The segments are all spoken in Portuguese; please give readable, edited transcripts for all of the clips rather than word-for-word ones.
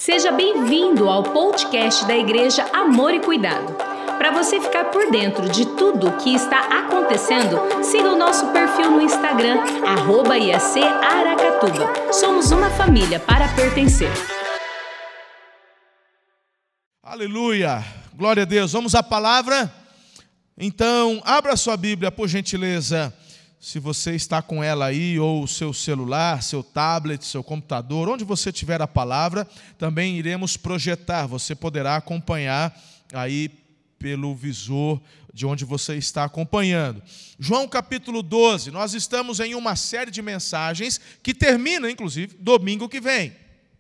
Seja bem-vindo ao podcast da Igreja Amor e Cuidado. Para você ficar por dentro de tudo o que está acontecendo, siga o nosso perfil no Instagram, @IACAracatuba. Somos uma família para pertencer. Aleluia! Glória a Deus. Vamos à palavra? Então, abra sua Bíblia, por gentileza. Se você está com ela aí, ou o seu celular, seu tablet, seu computador, onde você tiver a palavra, também iremos projetar. Você poderá acompanhar aí pelo visor de onde você está acompanhando. João capítulo 12, nós estamos em uma série de mensagens que termina, inclusive, domingo que vem.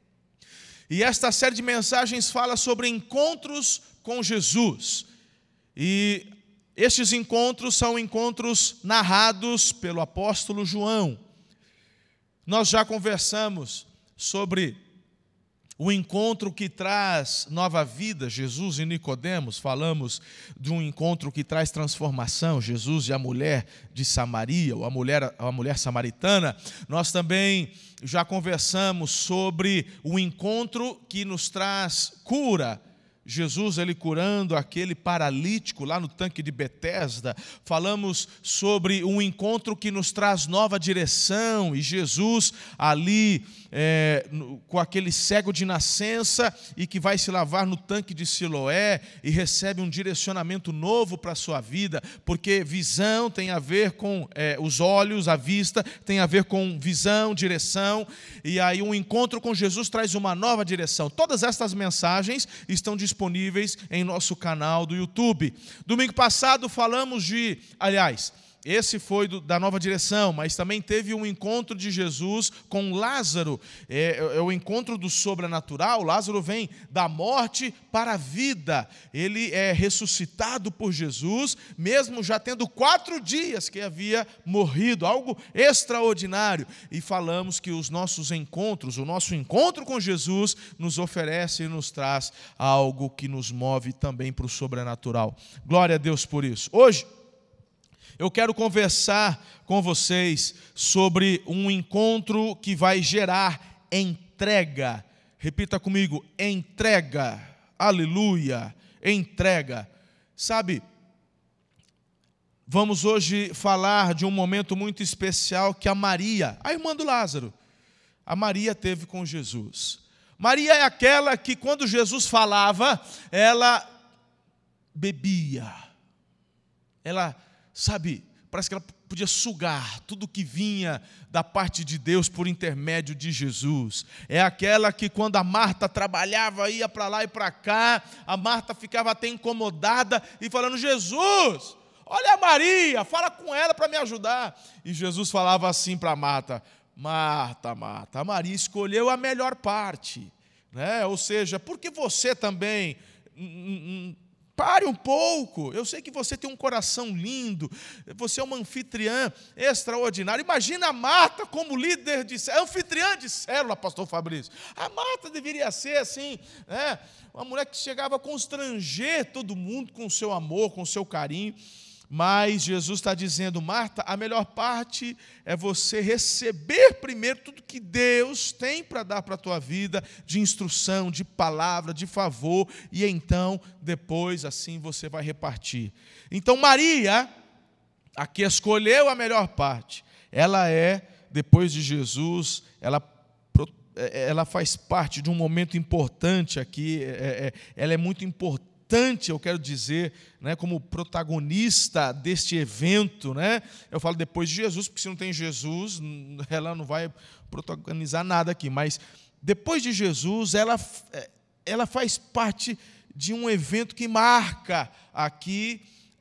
E esta série de mensagens fala sobre encontros com Jesus. E estes encontros são encontros narrados pelo apóstolo João. Nós já conversamos sobre o encontro que traz nova vida, Jesus e Nicodemos. Falamos de um encontro que traz transformação, Jesus e a mulher de Samaria, ou a mulher samaritana. Nós também já conversamos sobre o encontro que nos traz cura, Jesus, ele curando aquele paralítico lá no tanque de Betesda. Falamos sobre um encontro que nos traz nova direção, e Jesus ali com aquele cego de nascença e que vai se lavar no tanque de Siloé e recebe um direcionamento novo para a sua vida, porque visão tem a ver com os olhos, a vista tem a ver com visão, direção, e aí um encontro com Jesus traz uma nova direção. Todas estas mensagens estão disponíveis em nosso canal do YouTube. Domingo passado falamos esse foi da nova direção, mas também teve um encontro de Jesus com Lázaro. É o encontro do sobrenatural. Lázaro vem da morte para a vida. Ele é ressuscitado por Jesus, mesmo já tendo 4 dias que havia morrido. Algo extraordinário. E falamos que os nossos encontros, o nosso encontro com Jesus, nos oferece e nos traz algo que nos move também para o sobrenatural. Glória a Deus por isso. Hoje eu quero conversar com vocês sobre um encontro que vai gerar entrega. Repita comigo, entrega. Aleluia, entrega. Sabe, vamos hoje falar de um momento muito especial que a Maria, a irmã do Lázaro, a Maria teve com Jesus. Maria é aquela que quando Jesus falava, ela bebia. Parece que ela podia sugar tudo que vinha da parte de Deus por intermédio de Jesus. É aquela que quando a Marta trabalhava, ia para lá e para cá, a Marta ficava até incomodada e falando: Jesus, olha a Maria, fala com ela para me ajudar. E Jesus falava assim para Marta: Marta, Marta, a Maria escolheu a melhor parte, né? Ou seja, porque você também pare um pouco. Eu sei que você tem um coração lindo, você é uma anfitriã extraordinária. Imagina a Marta como líder anfitriã de célula, pastor Fabrício. A Marta deveria ser assim, né? Uma mulher que chegava a constranger todo mundo com o seu amor, com o seu carinho. Mas Jesus está dizendo: Marta, a melhor parte é você receber primeiro tudo que Deus tem para dar para a tua vida, de instrução, de palavra, de favor, e então, depois, assim, você vai repartir. Então, Maria, a que escolheu a melhor parte, ela depois de Jesus, ela faz parte de um momento importante aqui, ela é muito importante, eu quero dizer, né, como protagonista deste evento, né? Eu falo depois de Jesus, porque se não tem Jesus, ela não vai protagonizar nada aqui, mas depois de Jesus, ela faz parte de um evento que marca aqui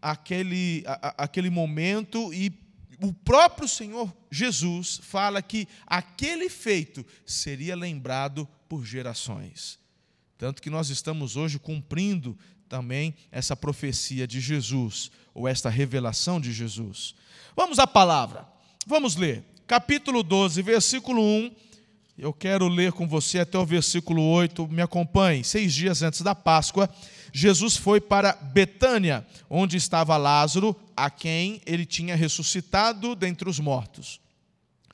aquele momento, e o próprio Senhor Jesus fala que aquele feito seria lembrado por gerações. Tanto que nós estamos hoje cumprindo também essa profecia de Jesus, ou esta revelação de Jesus. Vamos à palavra, vamos ler, capítulo 12, versículo 1, eu quero ler com você até o versículo 8, me acompanhe. 6 dias antes da Páscoa, Jesus foi para Betânia, onde estava Lázaro, a quem ele tinha ressuscitado dentre os mortos.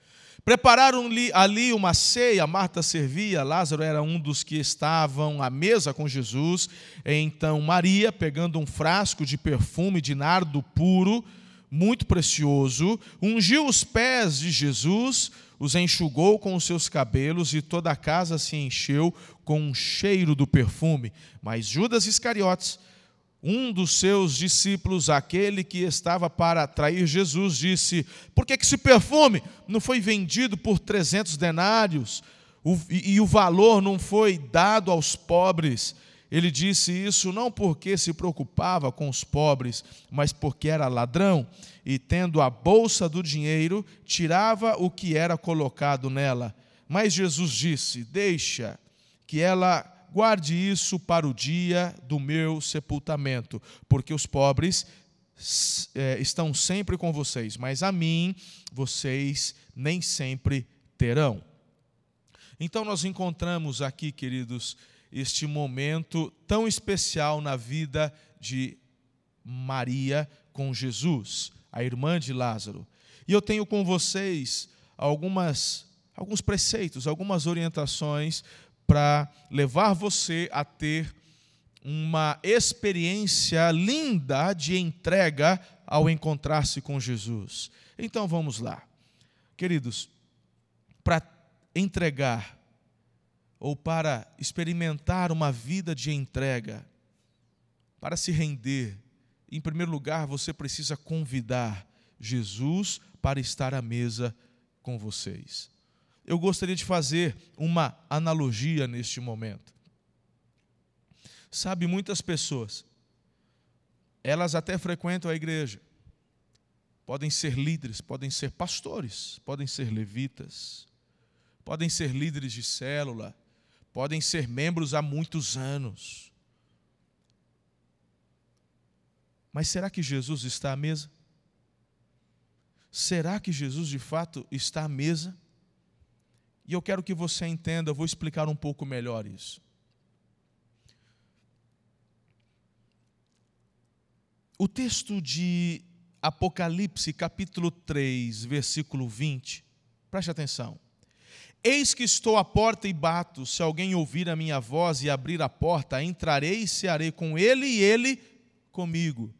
Prepararam ali uma ceia, Marta servia, Lázaro era um dos que estavam à mesa com Jesus. Então Maria, pegando um frasco de perfume de nardo puro, muito precioso, ungiu os pés de Jesus, os enxugou com os seus cabelos, e toda a casa se encheu com o cheiro do perfume. Mas Judas Iscariotes, um dos seus discípulos, aquele que estava para trair Jesus, disse: por que esse perfume não foi vendido por 300 denários e o valor não foi dado aos pobres? Ele disse isso não porque se preocupava com os pobres, mas porque era ladrão, e tendo a bolsa do dinheiro, tirava o que era colocado nela. Mas Jesus disse: deixa que ela guarde isso para o dia do meu sepultamento, porque os pobres estão sempre com vocês, mas a mim vocês nem sempre terão. Então nós encontramos aqui, queridos, este momento tão especial na vida de Maria com Jesus, a irmã de Lázaro. E eu tenho com vocês alguns preceitos, algumas orientações para levar você a ter uma experiência linda de entrega ao encontrar-se com Jesus. Então vamos lá. Queridos, para entregar ou para experimentar uma vida de entrega, para se render, em primeiro lugar, você precisa convidar Jesus para estar à mesa com vocês. Eu gostaria de fazer uma analogia neste momento. Sabe, muitas pessoas, elas até frequentam a igreja, podem ser líderes, podem ser pastores, podem ser levitas, podem ser líderes de célula, podem ser membros há muitos anos. Mas será que Jesus está à mesa? Será que Jesus de fato está à mesa? E eu quero que você entenda, eu vou explicar um pouco melhor isso. O texto de Apocalipse, capítulo 3, versículo 20, preste atenção. Eis que estou à porta e bato, se alguém ouvir a minha voz e abrir a porta, entrarei e cearei com ele e ele comigo.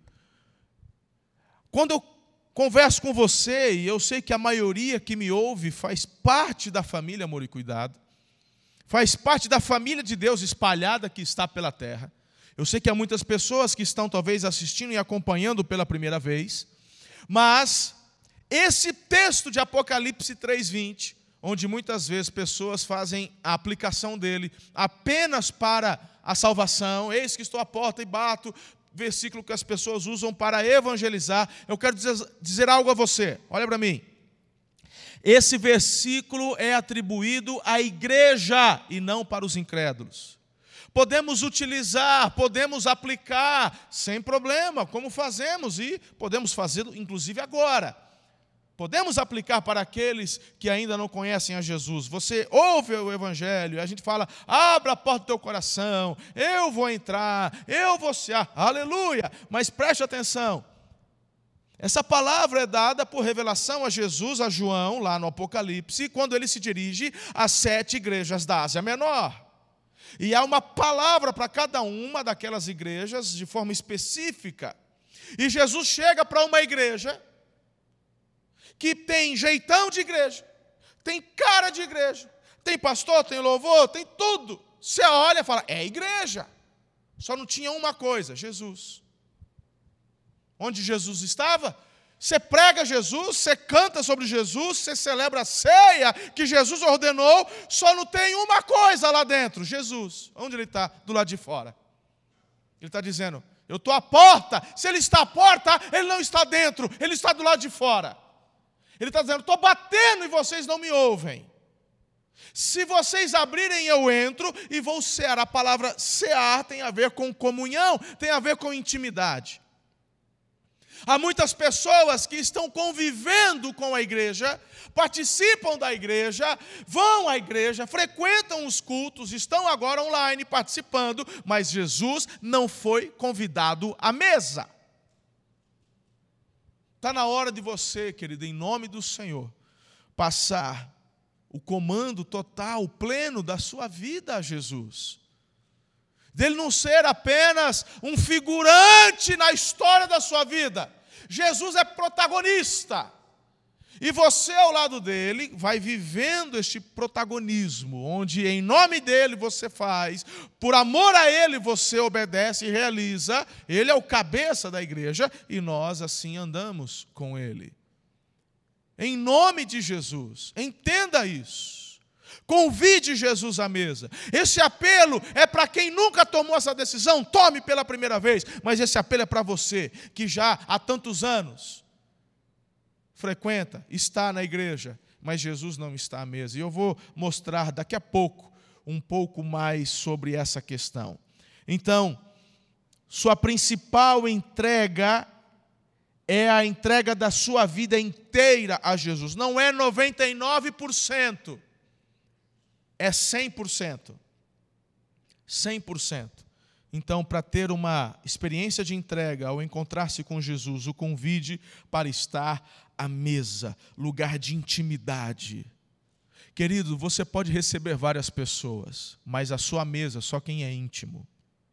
Quando eu converso com você, e eu sei que a maioria que me ouve faz parte da família Amor e Cuidado, faz parte da família de Deus espalhada que está pela terra. Eu sei que há muitas pessoas que estão talvez assistindo e acompanhando pela primeira vez, mas esse texto de Apocalipse 3:20, onde muitas vezes pessoas fazem a aplicação dele apenas para a salvação, eis que estou à porta e bato, versículo que as pessoas usam para evangelizar. Eu quero dizer algo a você, olha para mim. Esse versículo é atribuído à igreja e não para os incrédulos. Podemos utilizar, podemos aplicar sem problema, como fazemos, e podemos fazê-lo inclusive agora. Podemos aplicar para aqueles que ainda não conhecem a Jesus. Você ouve o Evangelho, a gente fala: abra a porta do teu coração, eu vou entrar, eu vou cear, aleluia. Mas preste atenção, essa palavra é dada por revelação a Jesus, a João, lá no Apocalipse, quando ele se dirige às 7 igrejas da Ásia Menor. E há uma palavra para cada uma daquelas igrejas de forma específica. E Jesus chega para uma igreja que tem jeitão de igreja, tem cara de igreja, tem pastor, tem louvor, tem tudo. Você olha e fala: é igreja. Só não tinha uma coisa: Jesus. Onde Jesus estava? Você prega Jesus, você canta sobre Jesus, você celebra a ceia que Jesus ordenou, só não tem uma coisa lá dentro: Jesus. Onde ele está? Do lado de fora. Ele está dizendo: eu estou à porta. Se ele está à porta, ele não está dentro, ele está do lado de fora. Ele está dizendo: estou batendo e vocês não me ouvem. Se vocês abrirem, eu entro e vou cear. A palavra cear tem a ver com comunhão, tem a ver com intimidade. Há muitas pessoas que estão convivendo com a igreja, participam da igreja, vão à igreja, frequentam os cultos, estão agora online participando, mas Jesus não foi convidado à mesa. Está na hora de você, querido, em nome do Senhor, passar o comando total, pleno da sua vida a Jesus. Dele não ser apenas um figurante na história da sua vida. Jesus é protagonista. E você, ao lado dele, vai vivendo este protagonismo, onde em nome dele você faz, por amor a ele você obedece e realiza. Ele é o cabeça da igreja e nós assim andamos com ele. Em nome de Jesus, entenda isso. Convide Jesus à mesa. Esse apelo é para quem nunca tomou essa decisão, tome pela primeira vez. Mas esse apelo é para você, que já há tantos anos frequenta, está na igreja, mas Jesus não está à mesa. E eu vou mostrar daqui a pouco um pouco mais sobre essa questão. Então, sua principal entrega é a entrega da sua vida inteira a Jesus. Não é 99%, é 100%. 100%. Então, para ter uma experiência de entrega, ao encontrar-se com Jesus, o convide para estar à mesa, lugar de intimidade. Querido, você pode receber várias pessoas, mas a sua mesa, só quem é íntimo.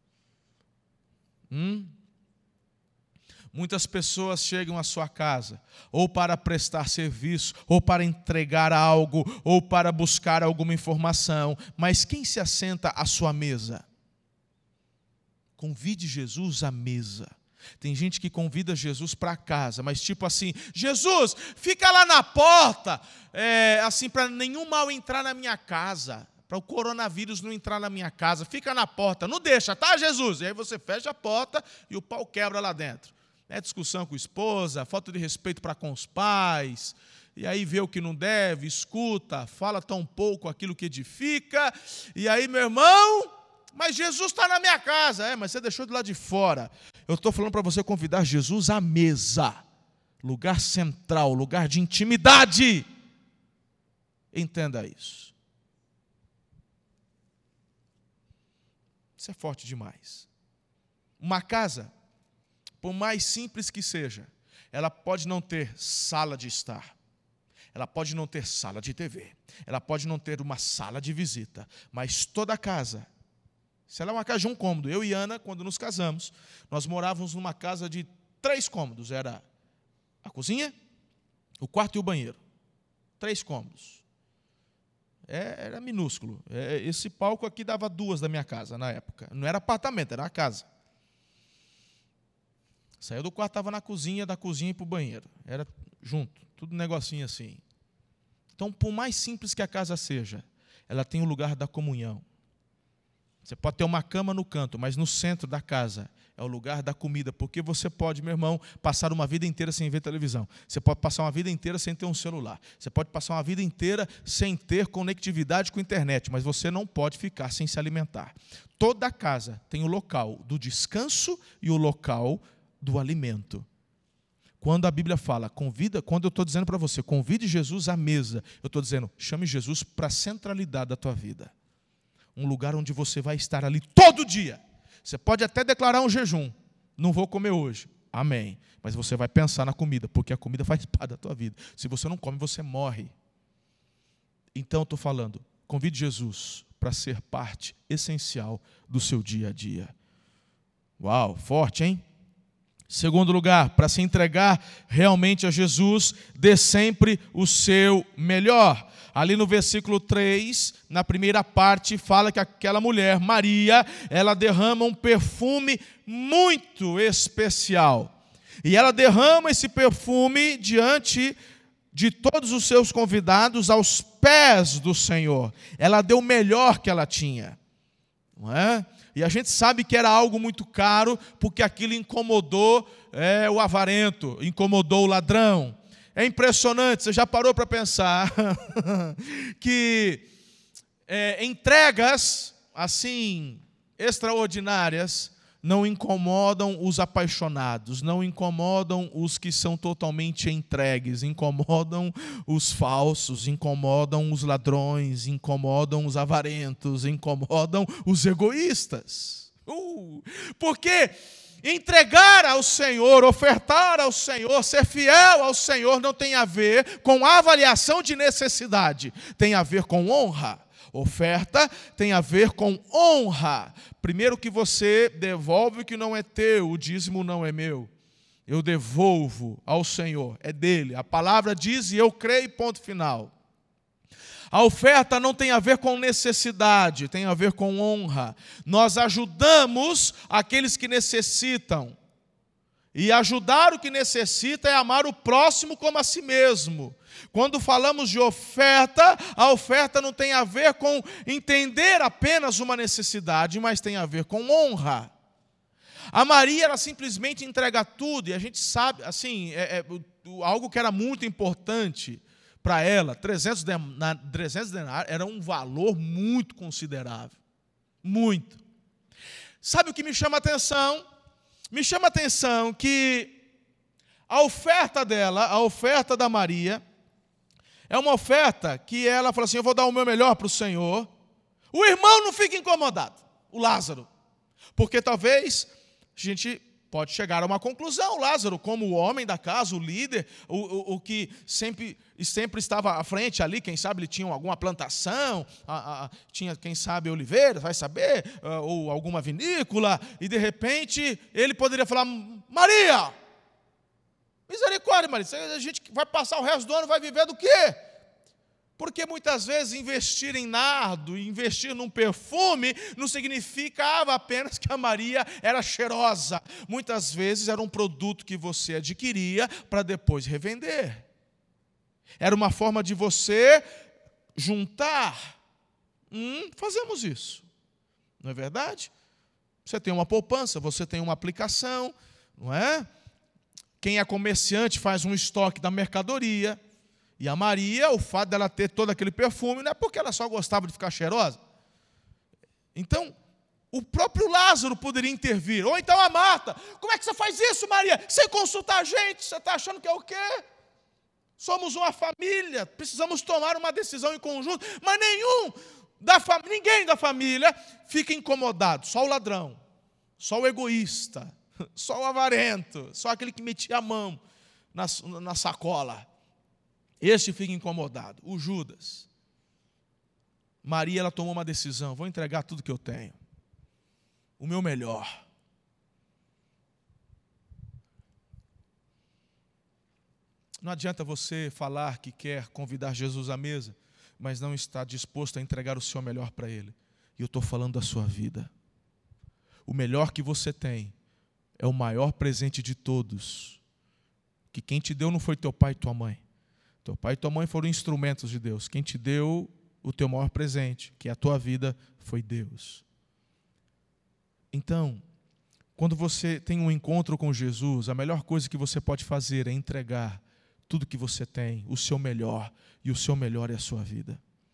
Muitas pessoas chegam à sua casa, ou para prestar serviço, ou para entregar algo, ou para buscar alguma informação, mas quem se assenta à sua mesa? Convide Jesus à mesa. Tem gente que convida Jesus para casa, mas tipo assim, Jesus, fica lá na porta, assim, para nenhum mal entrar na minha casa, para o coronavírus não entrar na minha casa, fica na porta, não deixa, tá, Jesus? E aí você fecha a porta e o pau quebra lá dentro. É discussão com a esposa, falta de respeito para com os pais, e aí vê o que não deve, escuta, fala tão pouco aquilo que edifica, e aí, meu irmão, mas Jesus está na minha casa. Mas você deixou de lá de fora. Eu estou falando para você convidar Jesus à mesa, lugar central, lugar de intimidade. Entenda isso. Isso é forte demais. Uma casa, por mais simples que seja, ela pode não ter sala de estar, ela pode não ter sala de TV, ela pode não ter uma sala de visita, mas toda casa, se ela é uma casa de um cômodo, eu e Ana, quando nos casamos, nós morávamos numa casa de 3 cômodos, era a cozinha, o quarto e o banheiro, 3 cômodos, era minúsculo, esse palco aqui dava 2 da minha casa na época, não era apartamento, era a casa. Saiu do quarto, estava na cozinha, da cozinha para o banheiro. Era junto, tudo negocinho assim. Então, por mais simples que a casa seja, ela tem o lugar da comunhão. Você pode ter uma cama no canto, mas no centro da casa é o lugar da comida, porque você pode, meu irmão, passar uma vida inteira sem ver televisão. Você pode passar uma vida inteira sem ter um celular. Você pode passar uma vida inteira sem ter conectividade com a internet, mas você não pode ficar sem se alimentar. Toda casa tem o local do descanso e o local do alimento. Quando a Bíblia fala, quando eu estou dizendo para você, convide Jesus à mesa, eu estou dizendo, chame Jesus para a centralidade da tua vida. Um lugar onde você vai estar ali todo dia. Você pode até declarar um jejum, não vou comer hoje, amém. Mas você vai pensar na comida, porque a comida faz parte da tua vida. Se você não come, você morre. Então, eu estou falando, convide Jesus para ser parte essencial do seu dia a dia. Uau, forte, hein? Segundo lugar, para se entregar realmente a Jesus, dê sempre o seu melhor. Ali no versículo 3, na primeira parte, fala que aquela mulher, Maria, ela derrama um perfume muito especial. E ela derrama esse perfume diante de todos os seus convidados aos pés do Senhor. Ela deu o melhor que ela tinha, não é? E a gente sabe que era algo muito caro, porque aquilo incomodou o avarento, incomodou o ladrão. É impressionante, você já parou para pensar que entregas assim extraordinárias não incomodam os apaixonados, não incomodam os que são totalmente entregues, incomodam os falsos, incomodam os ladrões, incomodam os avarentos, incomodam os egoístas. Porque Entregar ao Senhor, ofertar ao Senhor, ser fiel ao Senhor não tem a ver com avaliação de necessidade, tem a ver com honra. Oferta tem a ver com honra. Primeiro que você devolve o que não é teu, o dízimo não é meu. Eu devolvo ao Senhor, é dele. A palavra diz e eu creio, ponto final. A oferta não tem a ver com necessidade, tem a ver com honra. Nós ajudamos aqueles que necessitam. E ajudar o que necessita é amar o próximo como a si mesmo. Quando falamos de oferta, a oferta não tem a ver com entender apenas uma necessidade, mas tem a ver com honra. A Maria, ela simplesmente entrega tudo, e a gente sabe, assim, algo que era muito importante para ela, 300 denários era um valor muito considerável. Muito. Sabe o que me chama a atenção? Me chama a atenção que a oferta dela, a oferta da Maria, é uma oferta que ela fala assim, eu vou dar o meu melhor para o Senhor. O irmão não fica incomodado, o Lázaro. Porque talvez a gente pode chegar a uma conclusão. Lázaro, como o homem da casa, o líder, o que sempre estava à frente ali, quem sabe ele tinha alguma plantação, tinha, quem sabe, oliveiras, vai saber, ou alguma vinícola, e de repente ele poderia falar, Maria, misericórdia, Maria, a gente vai passar o resto do ano, vai viver do quê? Porque muitas vezes investir em nardo, investir num perfume, não significava apenas que a Maria era cheirosa. Muitas vezes era um produto que você adquiria para depois revender. Era uma forma de você juntar. Fazemos isso, não é verdade? Você tem uma poupança, você tem uma aplicação, não é? Quem é comerciante faz um estoque da mercadoria. E a Maria, o fato dela ter todo aquele perfume, não é porque ela só gostava de ficar cheirosa. Então, o próprio Lázaro poderia intervir. Ou então a Marta, como é que você faz isso, Maria? Sem consultar a gente, você está achando que é o quê? Somos uma família, precisamos tomar uma decisão em conjunto. Mas ninguém da família fica incomodado. Só o ladrão, só o egoísta, só o avarento, só aquele que metia a mão na sacola. Este fica incomodado, o Judas. Maria, ela tomou uma decisão, vou entregar tudo que eu tenho, o meu melhor. Não adianta você falar que quer convidar Jesus à mesa, mas não está disposto a entregar o seu melhor para Ele. E eu estou falando da sua vida. O melhor que você tem é o maior presente de todos, que quem te deu não foi teu pai e tua mãe. Teu pai e tua mãe foram instrumentos de Deus. Quem te deu o teu maior presente, que é a tua vida, foi Deus. Então, quando você tem um encontro com Jesus, a melhor coisa que você pode fazer é entregar tudo que você tem, o seu melhor, e o seu melhor é a sua vida.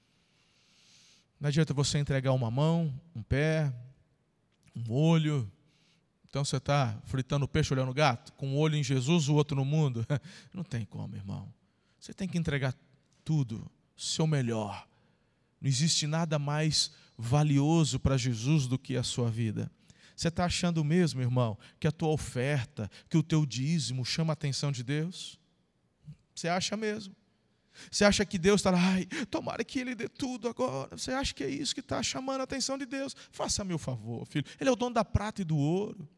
Não adianta você entregar uma mão, um pé, um olho. Então você está fritando peixe olhando gato, com um olho em Jesus, o outro no mundo. Não tem como, irmão. Você tem que entregar tudo, o seu melhor. Não existe nada mais valioso para Jesus do que a sua vida. Você está achando mesmo, irmão, que a tua oferta, que o teu dízimo chama a atenção de Deus? Você acha mesmo? Você acha que Deus está lá, tomara que Ele dê tudo agora. Você acha que é isso que está chamando a atenção de Deus? Faça-me o favor, filho. Ele é o dono da prata e do ouro.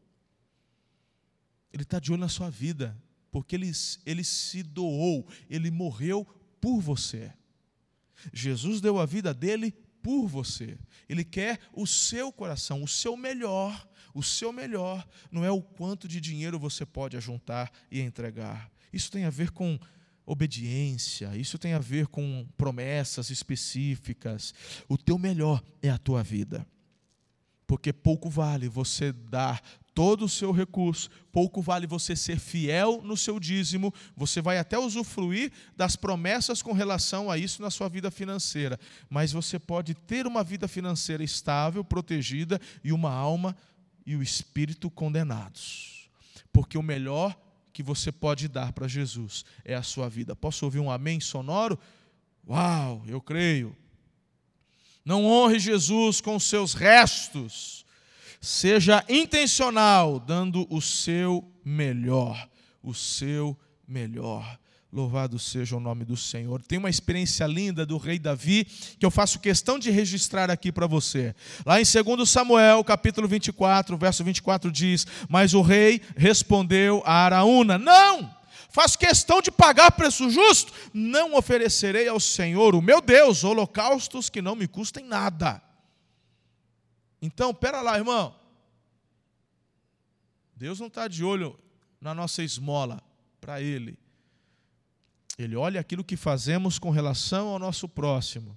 Ele está de olho na sua vida. Porque ele se doou, Ele morreu por você. Jesus deu a vida dele por você. Ele quer o seu coração, o seu melhor. O seu melhor não é o quanto de dinheiro você pode ajuntar e entregar. Isso tem a ver com obediência, isso tem a ver com promessas específicas. O teu melhor é a tua vida. Porque pouco vale você dar todo o seu recurso, pouco vale você ser fiel no seu dízimo, você vai até usufruir das promessas com relação a isso na sua vida financeira, mas você pode ter uma vida financeira estável, protegida, e uma alma e o espírito condenados, porque o melhor que você pode dar para Jesus é a sua vida. Posso ouvir um amém sonoro? Uau, eu creio. Não honre Jesus com os seus restos. Seja intencional, dando o seu melhor. O seu melhor. Louvado seja o nome do Senhor. Tem uma experiência linda do rei Davi, que eu faço questão de registrar aqui para você. Lá em 2 Samuel, capítulo 24, verso 24 diz: mas o rei respondeu a Araúna: não, faço questão de pagar preço justo, não oferecerei ao Senhor, o meu Deus, holocaustos que não me custem nada. Então, pera lá, irmão. Deus não está de olho na nossa esmola para Ele. Ele olha aquilo que fazemos com relação ao nosso próximo.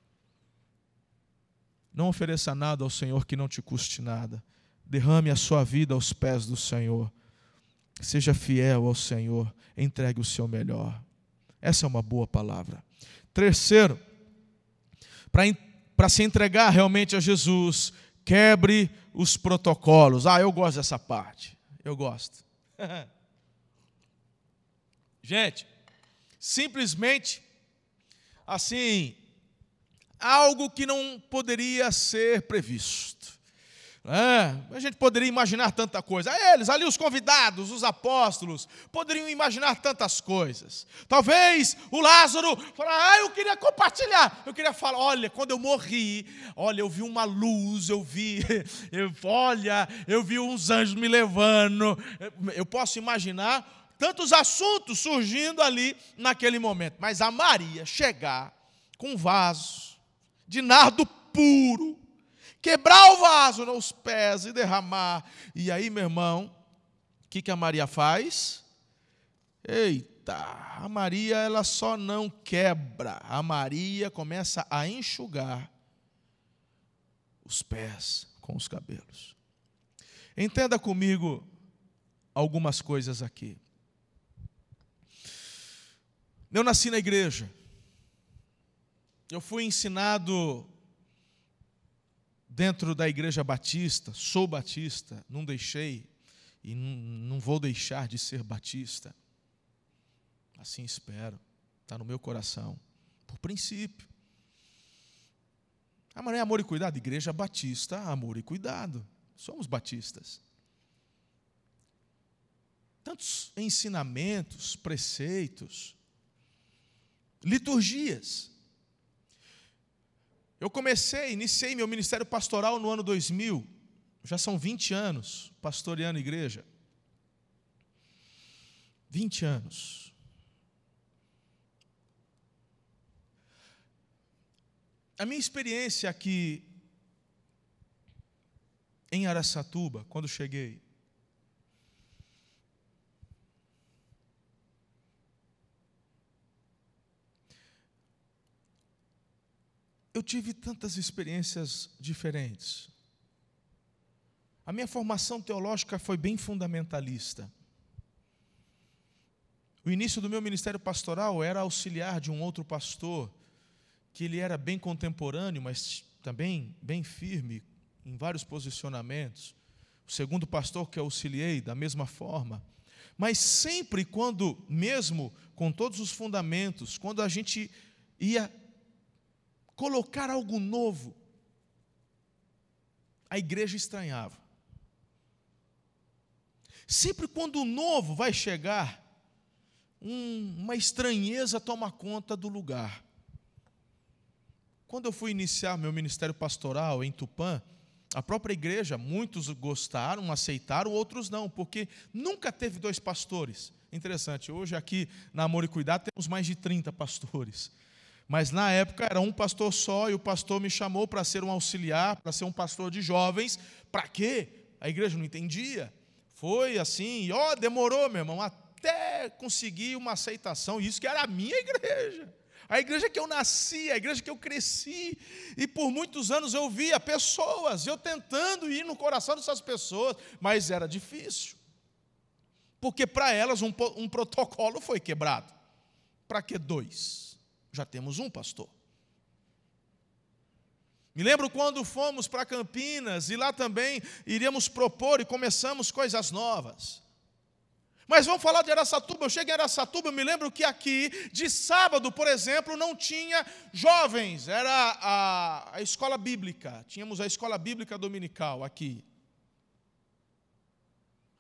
Não ofereça nada ao Senhor que não te custe nada. Derrame a sua vida aos pés do Senhor. Seja fiel ao Senhor. Entregue o seu melhor. Essa é uma boa palavra. Terceiro, para se entregar realmente a Jesus, quebre os protocolos. Eu gosto dessa parte. Eu gosto. Gente, simplesmente, assim, algo que não poderia ser previsto. A gente poderia imaginar tanta coisa. Eles, ali os convidados, os apóstolos, poderiam imaginar tantas coisas. Talvez o Lázaro falar: eu queria compartilhar. Eu queria falar: olha, quando eu morri, olha, eu vi uma luz, eu vi uns anjos me levando. Eu posso imaginar tantos assuntos surgindo ali naquele momento. Mas a Maria chegar com um vaso de nardo puro, quebrar o vaso nos pés e derramar. E aí, meu irmão, o que a Maria faz? Eita, a Maria, ela só não quebra. A Maria começa a enxugar os pés com os cabelos. Entenda comigo algumas coisas aqui. Eu nasci na igreja. Eu fui ensinado dentro da igreja batista, sou batista, não deixei e não vou deixar de ser batista. Assim espero, está no meu coração, por princípio. Mas não é amor e cuidado? Igreja batista, amor e cuidado. Somos batistas. Tantos ensinamentos, preceitos, liturgias. Eu iniciei meu ministério pastoral no ano 2000. Já são 20 anos pastoreando igreja. 20 anos. A minha experiência aqui em Araçatuba, quando cheguei, eu tive tantas experiências diferentes. A minha formação teológica foi bem fundamentalista. O início do meu ministério pastoral era auxiliar de um outro pastor, que ele era bem contemporâneo, mas também bem firme em vários posicionamentos. O segundo pastor que eu auxiliei, da mesma forma. Mas sempre quando, mesmo com todos os fundamentos, quando a gente ia colocar algo novo, a igreja estranhava. Sempre quando o novo vai chegar, uma estranheza toma conta do lugar. Quando eu fui iniciar meu ministério pastoral em Tupã, a própria igreja, muitos gostaram, aceitaram, outros não, porque nunca teve 2 pastores. Interessante, hoje aqui na Amor e Cuidado temos mais de 30 pastores. Mas na época era um pastor só, e o pastor me chamou para ser um auxiliar, para ser um pastor de jovens. Para quê? A igreja não entendia. Foi assim, demorou, meu irmão, até conseguir uma aceitação. Isso que era a minha igreja. A igreja que eu nasci, a igreja que eu cresci. E por muitos anos eu via pessoas, eu tentando ir no coração dessas pessoas, mas era difícil. Porque para elas um protocolo foi quebrado. Para que 2? Já temos um pastor. Me lembro quando fomos para Campinas, e lá também iríamos propor e começamos coisas novas. Mas vamos falar de Araçatuba. Eu cheguei em Araçatuba, eu me lembro que aqui, de sábado, por exemplo, não tinha jovens, era a escola bíblica. Tínhamos a escola bíblica dominical aqui.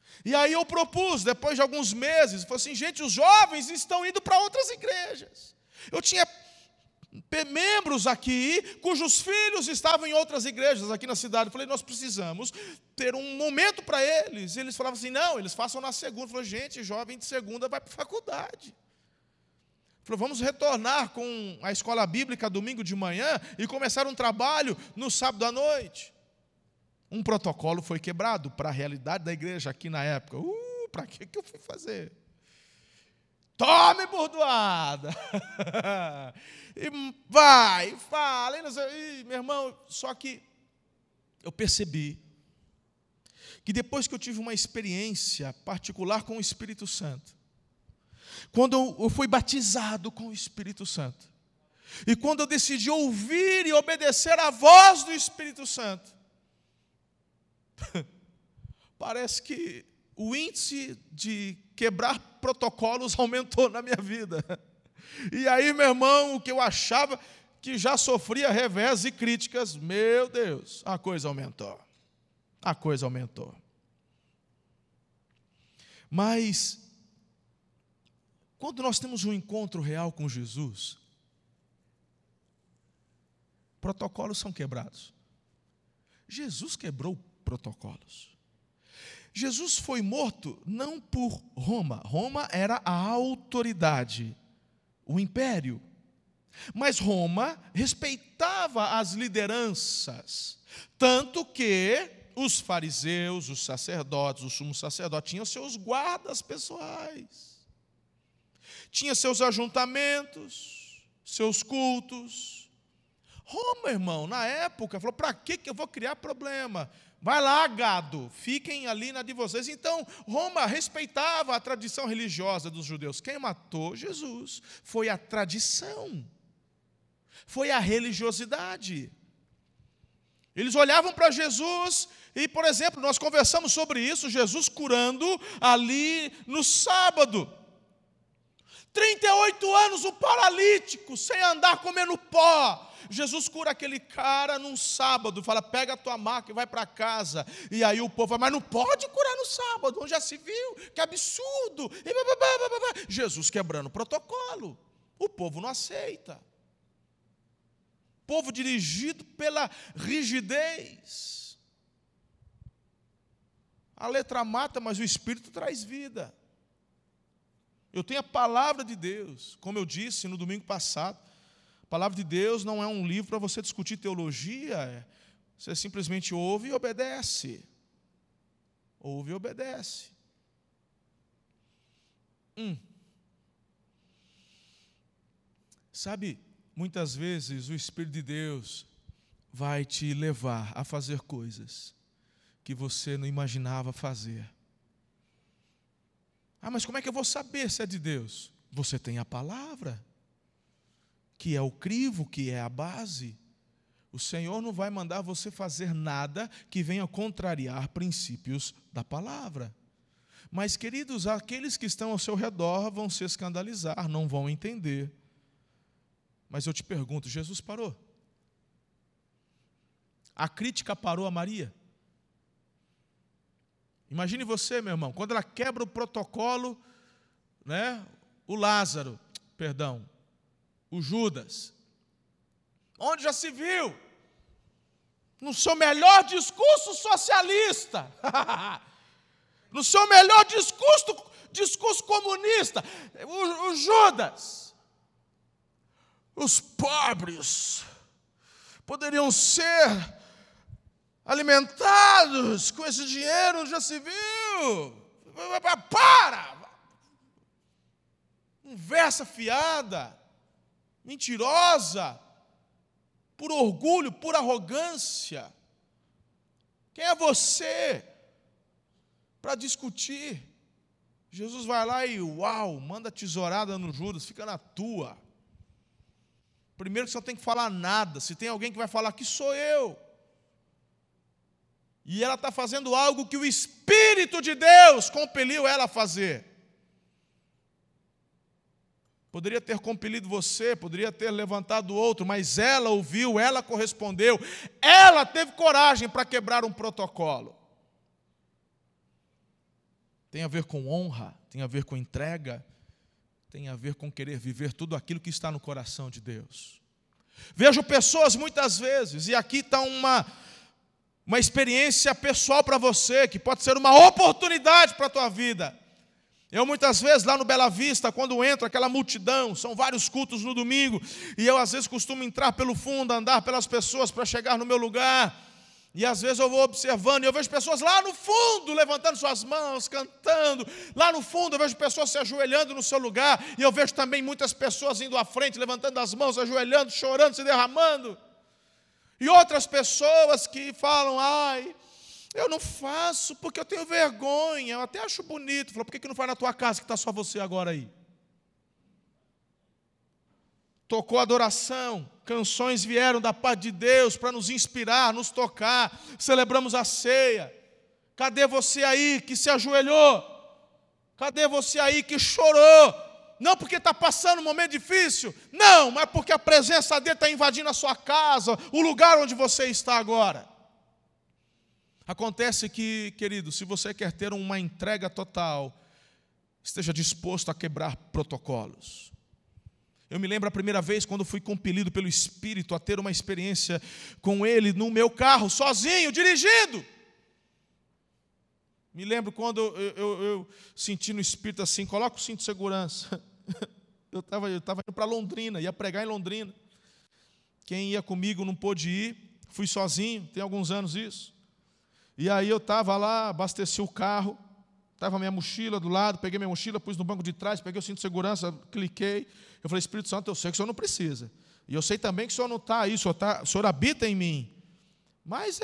E aí eu propus, depois de alguns meses, falei assim, gente, os jovens estão indo para outras igrejas. Eu tinha membros aqui, cujos filhos estavam em outras igrejas aqui na cidade. Eu falei, nós precisamos ter um momento para eles. Eles falavam assim, não, eles façam na segunda. Eu falei, gente, jovem de segunda vai para a faculdade. Eu falei, vamos retornar com a escola bíblica domingo de manhã e começar um trabalho no sábado à noite. Um protocolo foi quebrado para a realidade da igreja aqui na época. Para que eu fui fazer? Tome bordoada! E vai, fala. E, meu irmão, só que eu percebi que depois que eu tive uma experiência particular com o Espírito Santo, quando eu fui batizado com o Espírito Santo, e quando eu decidi ouvir e obedecer à voz do Espírito Santo, parece que o índice de quebrar protocolos aumentou na minha vida. E aí, meu irmão, o que eu achava que já sofria revés e críticas, meu Deus, a coisa aumentou. A coisa aumentou. Mas, quando nós temos um encontro real com Jesus, protocolos são quebrados. Jesus quebrou protocolos. Jesus foi morto não por Roma. Roma era a autoridade, o império. Mas Roma respeitava as lideranças, tanto que os fariseus, os sacerdotes, o sumo sacerdote, tinham seus guardas pessoais, tinha seus ajuntamentos, seus cultos. Roma, irmão, na época, falou, para que eu vou criar problema? Vai lá, gado, fiquem ali na de vocês. Então, Roma respeitava a tradição religiosa dos judeus. Quem matou Jesus foi a tradição, foi a religiosidade. Eles olhavam para Jesus e, por exemplo, nós conversamos sobre isso, Jesus curando ali no sábado. 38 anos, o paralítico, sem andar comendo pó. Jesus cura aquele cara num sábado, fala, pega a tua maca e vai para casa. E aí o povo fala, mas não pode curar no sábado, onde já se viu, que absurdo. Jesus quebrando o protocolo, o povo não aceita. Povo dirigido pela rigidez. A letra mata, mas o Espírito traz vida. Eu tenho a palavra de Deus, como eu disse no domingo passado. A palavra de Deus não é um livro para você discutir teologia. Você simplesmente ouve e obedece. Ouve e obedece. Sabe, muitas vezes o Espírito de Deus vai te levar a fazer coisas que você não imaginava fazer. Mas como é que eu vou saber se é de Deus? Você tem a palavra, que é o crivo, que é a base. O Senhor não vai mandar você fazer nada que venha contrariar princípios da palavra. Mas, queridos, aqueles que estão ao seu redor vão se escandalizar, não vão entender. Mas eu te pergunto, Jesus parou? A crítica parou a Maria? Imagine você, meu irmão, quando ela quebra o protocolo, né? O Judas. Onde já se viu? No seu melhor discurso socialista. No seu melhor discurso comunista. O Judas. Os pobres poderiam ser alimentados com esse dinheiro, já se viu? Para! Conversa fiada, mentirosa, por orgulho, por arrogância. Quem é você para discutir? Jesus vai lá e, manda tesourada no Judas, fica na tua. Primeiro que você não tem que falar nada. Se tem alguém que vai falar que sou eu. E ela está fazendo algo que o Espírito de Deus compeliu ela a fazer. Poderia ter compelido você, poderia ter levantado outro, mas ela ouviu, ela correspondeu. Ela teve coragem para quebrar um protocolo. tem a ver com honra, tem a ver com entrega, tem a ver com querer viver tudo aquilo que está no coração de Deus. Vejo pessoas muitas vezes, e aqui está uma experiência pessoal para você, que pode ser uma oportunidade para a tua vida. Eu muitas vezes lá no Bela Vista, quando entro aquela multidão, são vários cultos no domingo, e eu às vezes costumo entrar pelo fundo, andar pelas pessoas para chegar no meu lugar, e às vezes eu vou observando, e eu vejo pessoas lá no fundo, levantando suas mãos, cantando, lá no fundo eu vejo pessoas se ajoelhando no seu lugar, e eu vejo também muitas pessoas indo à frente, levantando as mãos, ajoelhando, chorando, se derramando, e outras pessoas que falam, ai, eu não faço porque eu tenho vergonha, eu até acho bonito. Falou, por que não faz na tua casa que está só você agora aí? Tocou adoração, canções vieram da parte de Deus para nos inspirar, nos tocar, celebramos a ceia. Cadê você aí que se ajoelhou? Cadê você aí que chorou? Não porque está passando um momento difícil, não, mas porque a presença dele está invadindo a sua casa, o lugar onde você está agora. Acontece que, querido, se você quer ter uma entrega total, esteja disposto a quebrar protocolos. Eu me lembro a primeira vez quando fui compelido pelo Espírito a ter uma experiência com Ele no meu carro, sozinho, dirigindo. Me lembro quando eu senti no Espírito assim, coloca o cinto de segurança. Eu estava indo para Londrina, ia pregar em Londrina. Quem ia comigo não pôde ir, fui sozinho, tem alguns anos isso. E aí eu estava lá, abasteci o carro, estava a minha mochila do lado, peguei minha mochila, pus no banco de trás, peguei o cinto de segurança, cliquei. Eu falei, Espírito Santo, eu sei que o Senhor não precisa. E eu sei também que o Senhor não está aí, o Senhor habita em mim. Mas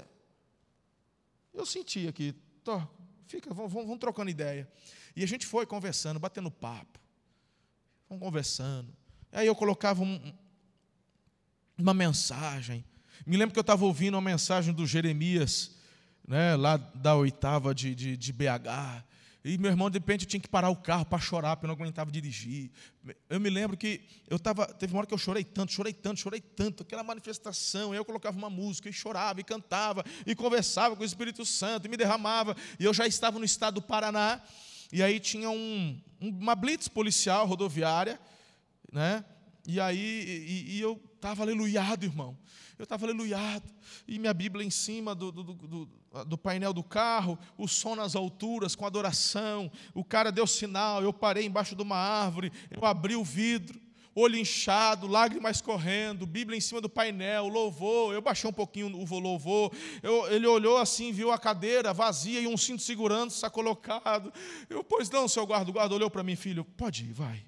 eu senti aqui, vamos trocando ideia. E a gente foi conversando, batendo papo. Vamos conversando. Aí eu colocava uma mensagem. Me lembro que eu estava ouvindo uma mensagem do Jeremias, né, lá da 8ª de BH, e meu irmão, de repente, eu tinha que parar o carro para chorar, porque eu não aguentava dirigir. Eu me lembro que teve uma hora que eu chorei tanto, aquela manifestação, aí eu colocava uma música, e chorava, e cantava, e conversava com o Espírito Santo, e me derramava, e eu já estava no estado do Paraná, e aí tinha uma blitz policial rodoviária, né, e aí eu estava aleluiado, irmão. Eu estava aleluiado, e minha Bíblia em cima do painel do carro, o som nas alturas, com adoração, o cara deu sinal, eu parei embaixo de uma árvore, eu abri o vidro, olho inchado, lágrimas correndo, Bíblia em cima do painel, louvor, eu baixei um pouquinho o louvor, ele olhou assim, viu a cadeira vazia e um cinto de segurança colocado, pois não, seu guarda olhou para mim, filho, pode ir, vai.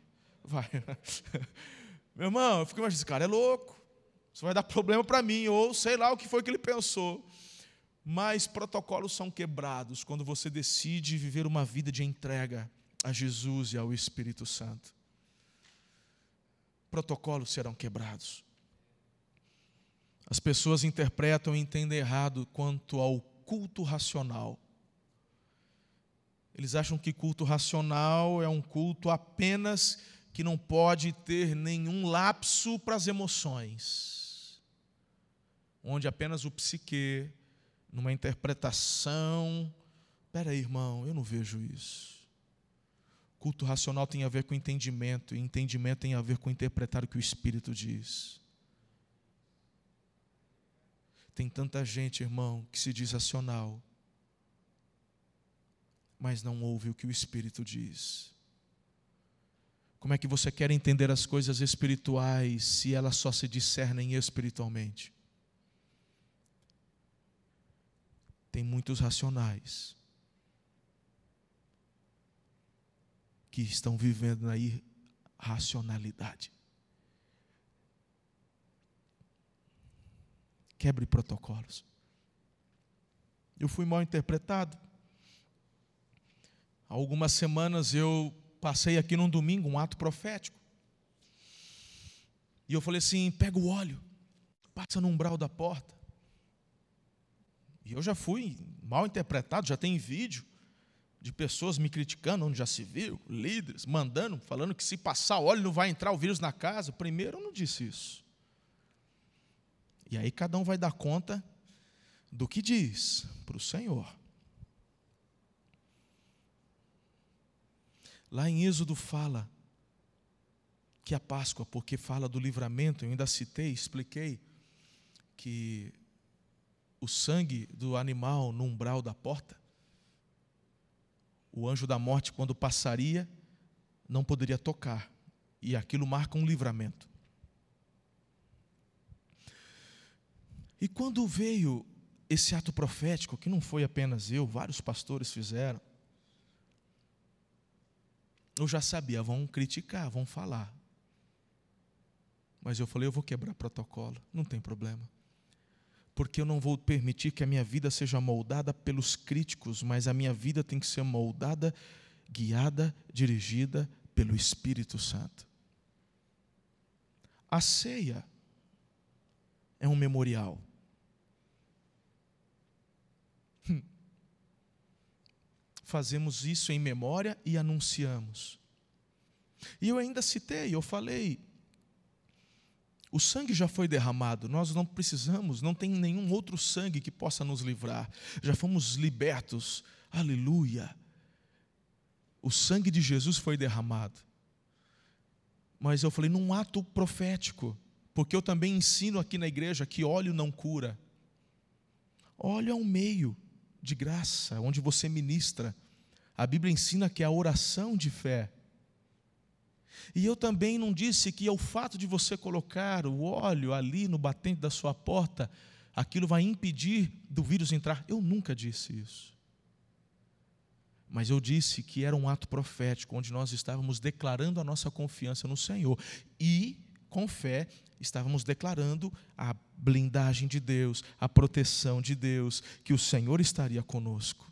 Meu irmão, eu fico imaginando, esse cara é louco. Isso vai dar problema para mim, ou sei lá o que foi que ele pensou. Mas protocolos são quebrados quando você decide viver uma vida de entrega a Jesus e ao Espírito Santo. Protocolos serão quebrados. As pessoas interpretam e entendem errado quanto ao culto racional. Eles acham que culto racional é um culto apenas que não pode ter nenhum lapso para as emoções, onde apenas o psique, numa interpretação, espera aí, irmão, eu não vejo isso. Culto racional tem a ver com entendimento, e entendimento tem a ver com interpretar o que o Espírito diz. Tem tanta gente, irmão, que se diz racional, mas não ouve o que o Espírito diz. Como é que você quer entender as coisas espirituais se elas só se discernem espiritualmente? Tem muitos racionais que estão vivendo na irracionalidade. Quebre protocolos. Eu fui mal interpretado. Há algumas semanas eu passei aqui num domingo, um ato profético. E eu falei assim, pega o óleo, passa no umbral da porta. E eu já fui mal interpretado, já tem vídeo de pessoas me criticando, onde já se viu, líderes, mandando, falando que se passar óleo não vai entrar o vírus na casa. Primeiro eu não disse isso. E aí cada um vai dar conta do que diz para o Senhor. Lá em Êxodo fala que a Páscoa, porque fala do livramento, eu ainda citei, expliquei, que o sangue do animal no umbral da porta, o anjo da morte, quando passaria, não poderia tocar, e aquilo marca um livramento. E quando veio esse ato profético, que não foi apenas eu, vários pastores fizeram, eu já sabia, vão criticar, vão falar. Mas eu falei, eu vou quebrar protocolo, não tem problema. Porque eu não vou permitir que a minha vida seja moldada pelos críticos, mas a minha vida tem que ser moldada, guiada, dirigida pelo Espírito Santo. A ceia é um memorial. Fazemos isso em memória e anunciamos. E eu ainda citei, eu falei, o sangue já foi derramado, nós não precisamos, não tem nenhum outro sangue que possa nos livrar. Já fomos libertos, aleluia. O sangue de Jesus foi derramado. Mas eu falei, num ato profético, porque eu também ensino aqui na igreja que óleo não cura. Óleo é um meio de graça, onde você ministra. A Bíblia ensina que é a oração de fé. E eu também não disse que o fato de você colocar o óleo ali no batente da sua porta, aquilo vai impedir do vírus entrar. Eu nunca disse isso. Mas eu disse que era um ato profético, onde nós estávamos declarando a nossa confiança no Senhor. E, com fé, estávamos declarando a blindagem de Deus, a proteção de Deus, que o Senhor estaria conosco.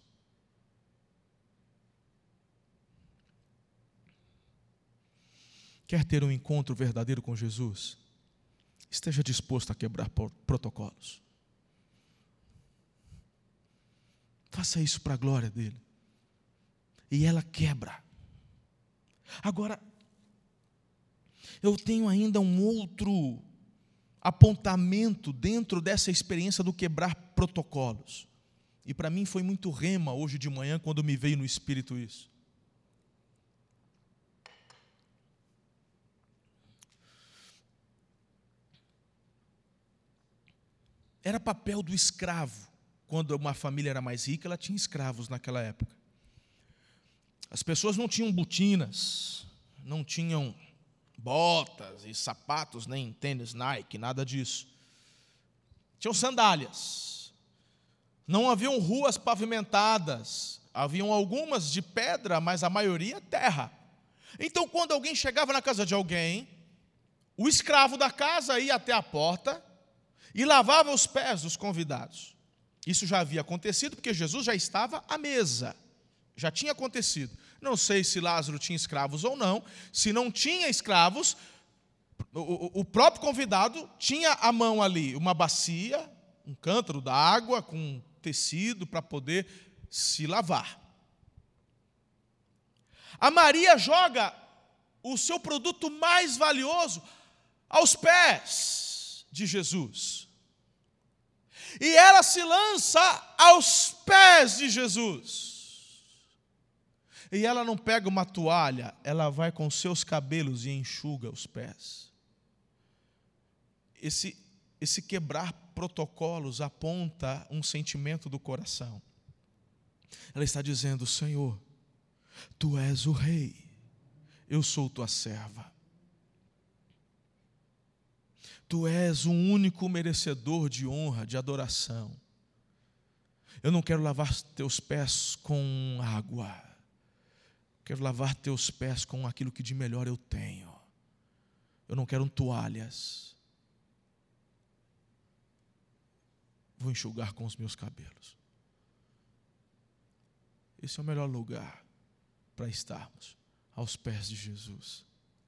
Quer ter um encontro verdadeiro com Jesus? Esteja disposto a quebrar protocolos. Faça isso para a glória dele. E ela quebra. Agora, eu tenho ainda um outro apontamento dentro dessa experiência do quebrar protocolos. E para mim foi muito rema hoje de manhã, quando me veio no Espírito isso. Era papel do escravo. Quando uma família era mais rica, ela tinha escravos naquela época. As pessoas não tinham botinas, não tinham botas e sapatos, nem tênis Nike, nada disso. Tinham sandálias. Não haviam ruas pavimentadas. Haviam algumas de pedra, mas a maioria terra. Então, quando alguém chegava na casa de alguém, o escravo da casa ia até a porta e lavava os pés dos convidados. Isso já havia acontecido, porque Jesus já estava à mesa. Já tinha acontecido. Não sei se Lázaro tinha escravos ou não. Se não tinha escravos, o próprio convidado tinha à mão ali uma bacia, um cântaro d'água com tecido para poder se lavar. A Maria joga o seu produto mais valioso aos pés de Jesus. E ela se lança aos pés de Jesus. E ela não pega uma toalha, ela vai com seus cabelos e enxuga os pés. Esse quebrar protocolos aponta um sentimento do coração. Ela está dizendo, Senhor, Tu és o Rei, eu sou Tua serva. Tu és o único merecedor de honra, de adoração. Eu não quero lavar Teus pés com água. Quero lavar Teus pés com aquilo que de melhor eu tenho. Eu não quero toalhas. Vou enxugar com os meus cabelos. Esse é o melhor lugar para estarmos, aos pés de Jesus.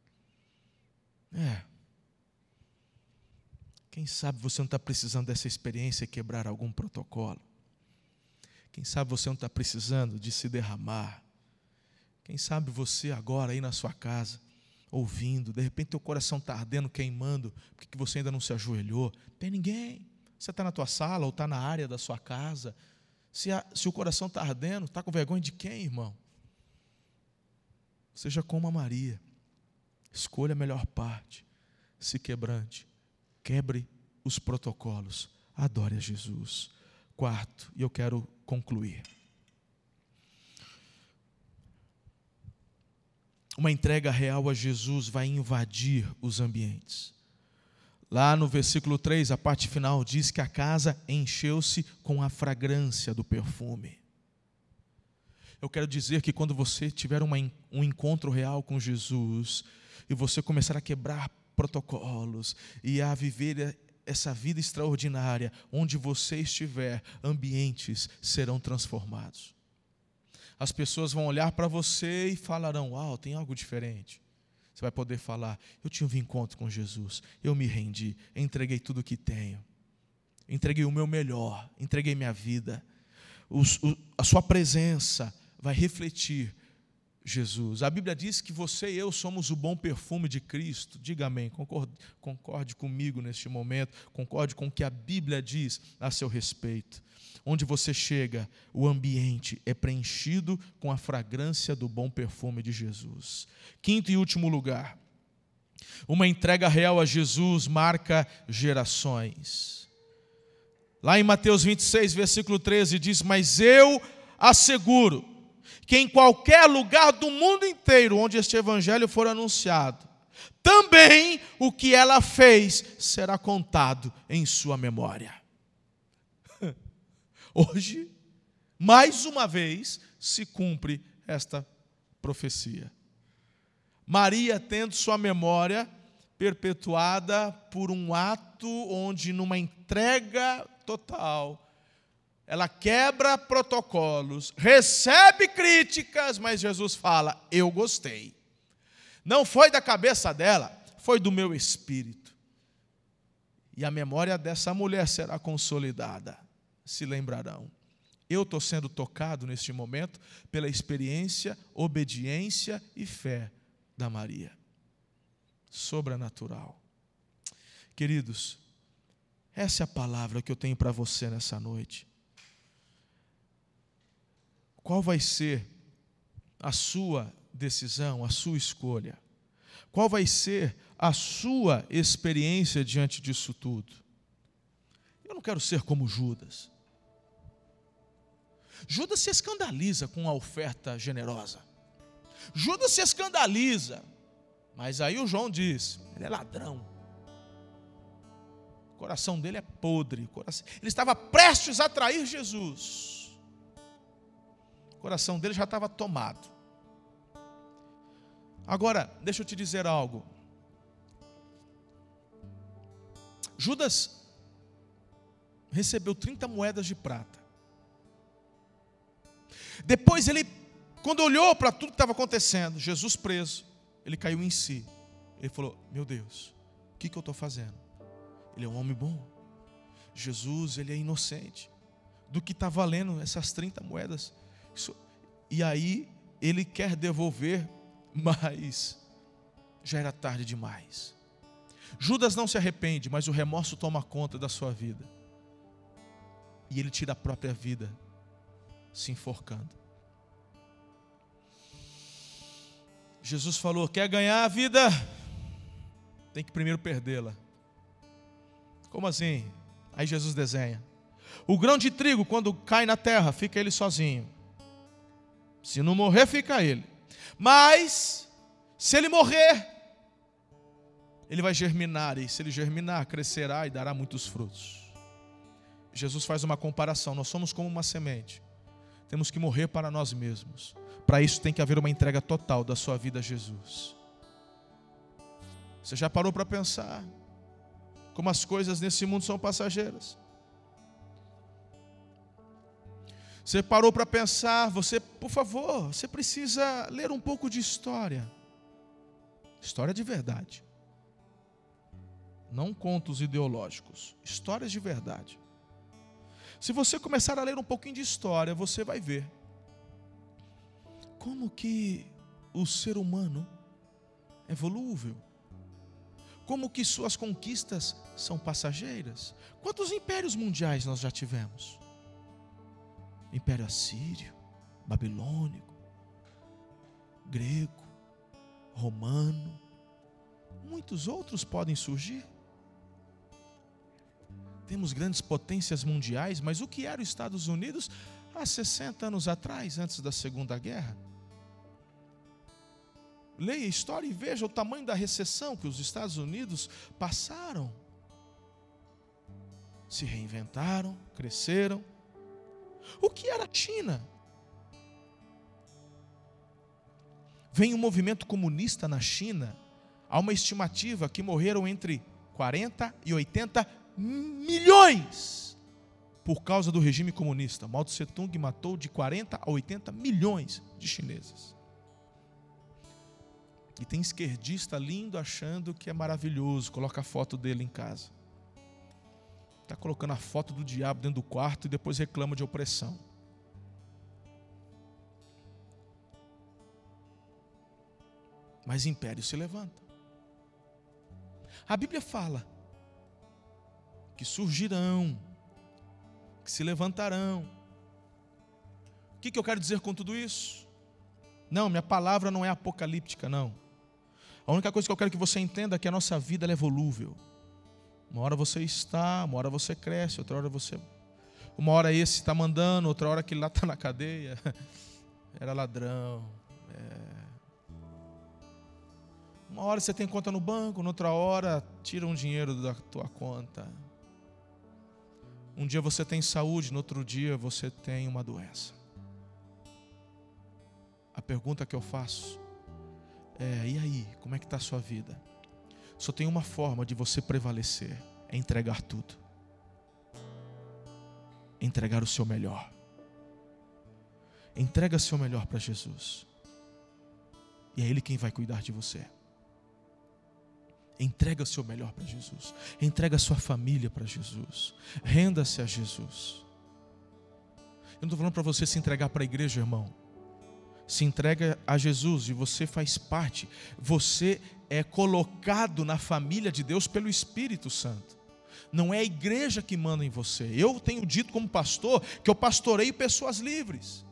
Quem sabe você não está precisando dessa experiência e quebrar algum protocolo. Quem sabe você não está precisando de se derramar. Quem sabe você agora aí na sua casa, ouvindo, de repente teu coração está ardendo, queimando, porque que você ainda não se ajoelhou. Tem ninguém. Você está na tua sala ou está na área da sua casa. Se o coração está ardendo, está com vergonha de quem, irmão? Seja como a Maria. Escolha a melhor parte. Se quebrante. Quebre os protocolos. Adore a Jesus. Quarto, e eu quero concluir. Uma entrega real a Jesus vai invadir os ambientes. Lá no versículo 3, a parte final diz que a casa encheu-se com a fragrância do perfume. Eu quero dizer que quando você tiver um encontro real com Jesus, e você começar a quebrar protocolos, e a viver essa vida extraordinária, onde você estiver, ambientes serão transformados. As pessoas vão olhar para você e falarão: uau, tem algo diferente. Você vai poder falar: eu tive um encontro com Jesus, eu me rendi, entreguei tudo o que tenho, entreguei o meu melhor, entreguei minha vida. A sua presença vai refletir Jesus. A Bíblia diz que você e eu somos o bom perfume de Cristo. Diga amém, concorde comigo neste momento, concorde com o que a Bíblia diz a seu respeito. Onde você chega, o ambiente é preenchido com a fragrância do bom perfume de Jesus. Quinto e último lugar, uma entrega real a Jesus marca gerações. Lá em Mateus 26, versículo 13, diz: mas eu asseguro que em qualquer lugar do mundo inteiro onde este evangelho for anunciado, também o que ela fez será contado em sua memória. Hoje, mais uma vez, se cumpre esta profecia. Maria tendo sua memória perpetuada por um ato onde, numa entrega total, ela quebra protocolos, recebe críticas, mas Jesus fala: eu gostei. Não foi da cabeça dela, foi do meu espírito. E a memória dessa mulher será consolidada. Se lembrarão. Eu estou sendo tocado neste momento pela experiência, obediência e fé da Maria. Sobrenatural. Queridos, essa é a palavra que eu tenho para você nessa noite. Qual vai ser a sua decisão, a sua escolha? Qual vai ser a sua experiência diante disso tudo? Eu não quero ser como Judas. Judas se escandaliza com a oferta generosa. Judas se escandaliza. Mas aí o João diz: ele é ladrão. O coração dele é podre. Ele estava prestes a trair Jesus. O coração dele já estava tomado. Agora, deixa eu te dizer algo. Judas recebeu 30 moedas de prata. Depois ele, quando olhou para tudo que estava acontecendo, Jesus preso, ele caiu em si. Ele falou: meu Deus, o que eu estou fazendo? Ele é um homem bom. Jesus, ele é inocente. Do que está valendo essas 30 moedas? E aí ele quer devolver, mas já era tarde demais. Judas não se arrepende, mas o remorso toma conta da sua vida. E ele tira a própria vida, se enforcando. Jesus falou: quer ganhar a vida? Tem que primeiro perdê-la. Como assim? Aí Jesus desenha. O grão de trigo, quando cai na terra, fica ele sozinho. Se não morrer, fica ele. Mas, se ele morrer, ele vai germinar. E se ele germinar, crescerá e dará muitos frutos. Jesus faz uma comparação. Nós somos como uma semente. Temos que morrer para nós mesmos. Para isso tem que haver uma entrega total da sua vida a Jesus. Você já parou para pensar como as coisas nesse mundo são passageiras? Você parou para pensar, você, por favor, você precisa ler um pouco de história. História de verdade. Não contos ideológicos. Histórias de verdade. Se você começar a ler um pouquinho de história, você vai ver como que o ser humano é volúvel. Como que suas conquistas são passageiras. Quantos impérios mundiais nós já tivemos? Império assírio, babilônico, grego, romano, muitos outros podem surgir. Temos grandes potências mundiais, mas o que era os Estados Unidos há 60 anos atrás, antes da Segunda Guerra? Leia a história e veja o tamanho da recessão que os Estados Unidos passaram. Se reinventaram, cresceram. O que era a China? Vem um movimento comunista na China. Há uma estimativa que morreram entre 40 e 80 milhões por causa do regime comunista. Mao Tse Tung matou de 40 a 80 milhões de chineses. E tem esquerdista lindo achando que é maravilhoso, coloca a foto dele em casa. Está colocando a foto do diabo dentro do quarto e depois reclama de opressão. Mas impérios se levantam. A Bíblia fala que surgirão, que se levantarão. O que eu quero dizer com tudo isso? Não, minha palavra não é apocalíptica, não. A única coisa que eu quero que você entenda é que a nossa vida ela é volúvel. Uma hora você está, uma hora você cresce, outra hora você... Uma hora esse está mandando, outra hora aquele lá está na cadeia. Era ladrão. Uma hora você tem conta no banco, noutra hora tira um dinheiro da tua conta. Um dia você tem saúde, no outro dia você tem uma doença. A pergunta que eu faço é, e aí, como é que está a sua vida? Só tem uma forma de você prevalecer, é entregar tudo. Entregar o seu melhor. Entrega o seu melhor para Jesus. E é Ele quem vai cuidar de você. Entrega o seu melhor para Jesus. Entrega a sua família para Jesus. Renda-se a Jesus. Eu não estou falando para você se entregar para a igreja, irmão. Se entrega a Jesus e você faz parte. Você é colocado na família de Deus pelo Espírito Santo. Não é a igreja que manda em você. Eu tenho dito como pastor que eu pastoreio pessoas livres.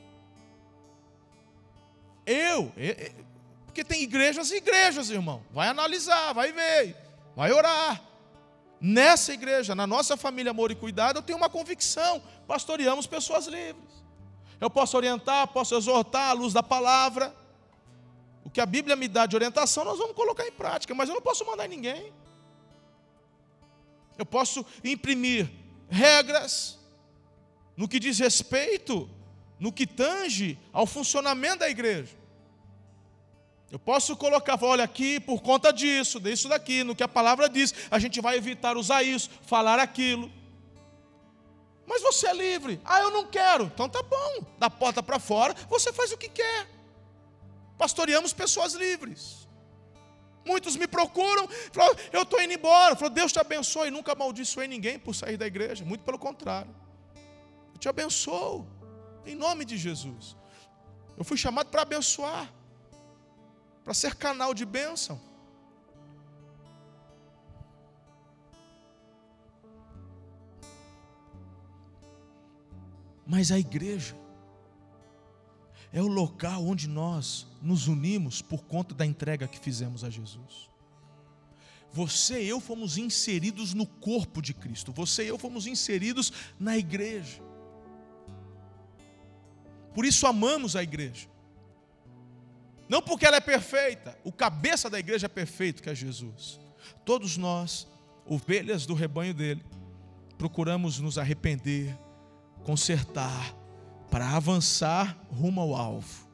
Porque tem igrejas e igrejas, irmão. Vai analisar, vai ver, vai orar. Nessa igreja, na nossa família Amor e Cuidado, eu tenho uma convicção. Pastoreamos pessoas livres. Eu posso orientar, posso exortar à luz da palavra. O que a Bíblia me dá de orientação, nós vamos colocar em prática. Mas eu não posso mandar em ninguém. Eu posso imprimir regras no que diz respeito, no que tange ao funcionamento da igreja. Eu posso colocar, olha aqui, por conta disso daqui, no que a palavra diz, a gente vai evitar usar isso, falar aquilo. Mas você é livre. Ah, eu não quero. Então tá bom, da porta para fora, você faz o que quer. Pastoreamos pessoas livres. Muitos me procuram, falam, eu estou indo embora. Falam, Deus te abençoe. Nunca amaldiçoei ninguém por sair da igreja, muito pelo contrário. Eu te abençoo, em nome de Jesus. Eu fui chamado para abençoar, para ser canal de bênção. Mas a igreja é o local onde nós nos unimos por conta da entrega que fizemos a Jesus. Você e eu fomos inseridos no corpo de Cristo. Você e eu fomos inseridos na igreja. Por isso amamos a igreja. Não porque ela é perfeita. O cabeça da igreja é perfeito, que é Jesus. Todos nós, ovelhas do rebanho dele, procuramos nos arrepender, consertar, para avançar rumo ao alvo.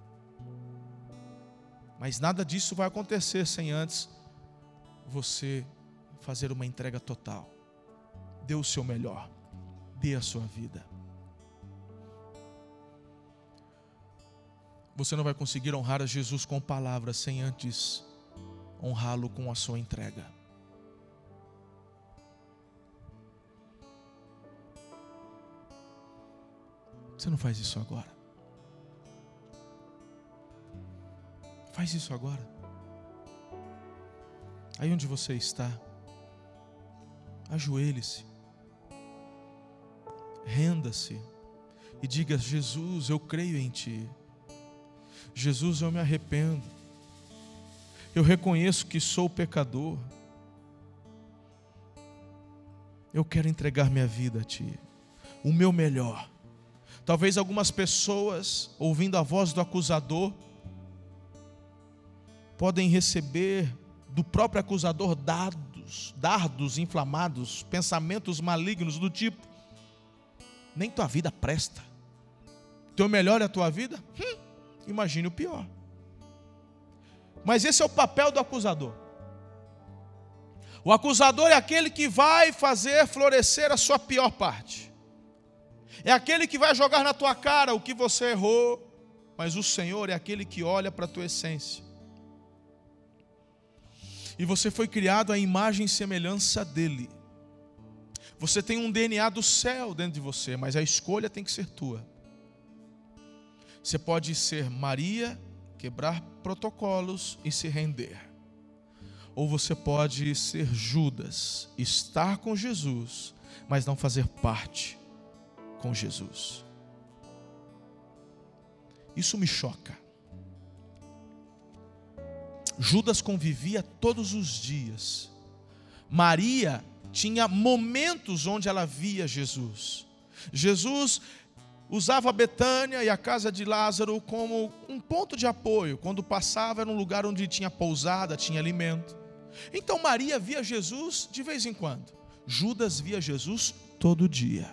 Mas nada disso vai acontecer sem antes você fazer uma entrega total. Dê o seu melhor, dê a sua vida. Você não vai conseguir honrar a Jesus com palavras sem antes honrá-lo com a sua entrega. Você não faz isso agora? Faz isso agora. Aí onde você está, ajoelhe-se, renda-se e diga: Jesus, eu creio em Ti. Jesus, eu me arrependo. Eu reconheço que sou pecador. Eu quero entregar minha vida a Ti, o meu melhor. Talvez algumas pessoas, ouvindo a voz do acusador, podem receber do próprio acusador dardos inflamados, pensamentos malignos do tipo: nem tua vida presta. Teu melhor é a tua vida? Imagine o pior. Mas esse é o papel do acusador. O acusador é aquele que vai fazer florescer a sua pior parte. É aquele que vai jogar na tua cara o que você errou. Mas o Senhor é aquele que olha para a tua essência. E você foi criado à imagem e semelhança dele. Você tem um DNA do céu dentro de você, mas a escolha tem que ser tua. Você pode ser Maria, quebrar protocolos e se render. Ou você pode ser Judas, estar com Jesus, mas não fazer parte com Jesus. Isso me choca. Judas convivia todos os dias. Maria tinha momentos onde ela via Jesus. Jesus usava Betânia e a casa de Lázaro como um ponto de apoio. Quando passava, era um lugar onde tinha pousada, tinha alimento. Então Maria via Jesus de vez em quando. Judas via Jesus todo dia.